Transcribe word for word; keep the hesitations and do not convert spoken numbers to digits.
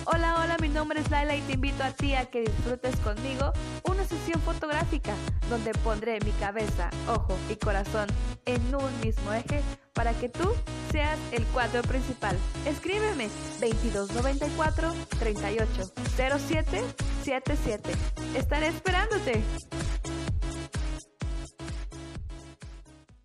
Hola, hola, mi nombre es Laila y te invito a ti a que disfrutes conmigo una sesión fotográfica donde pondré mi cabeza, ojo y corazón en un mismo eje para que tú seas el cuadro principal. Escríbeme veintidós noventa y cuatro treinta y ocho cero siete setenta y siete. Estaré esperándote.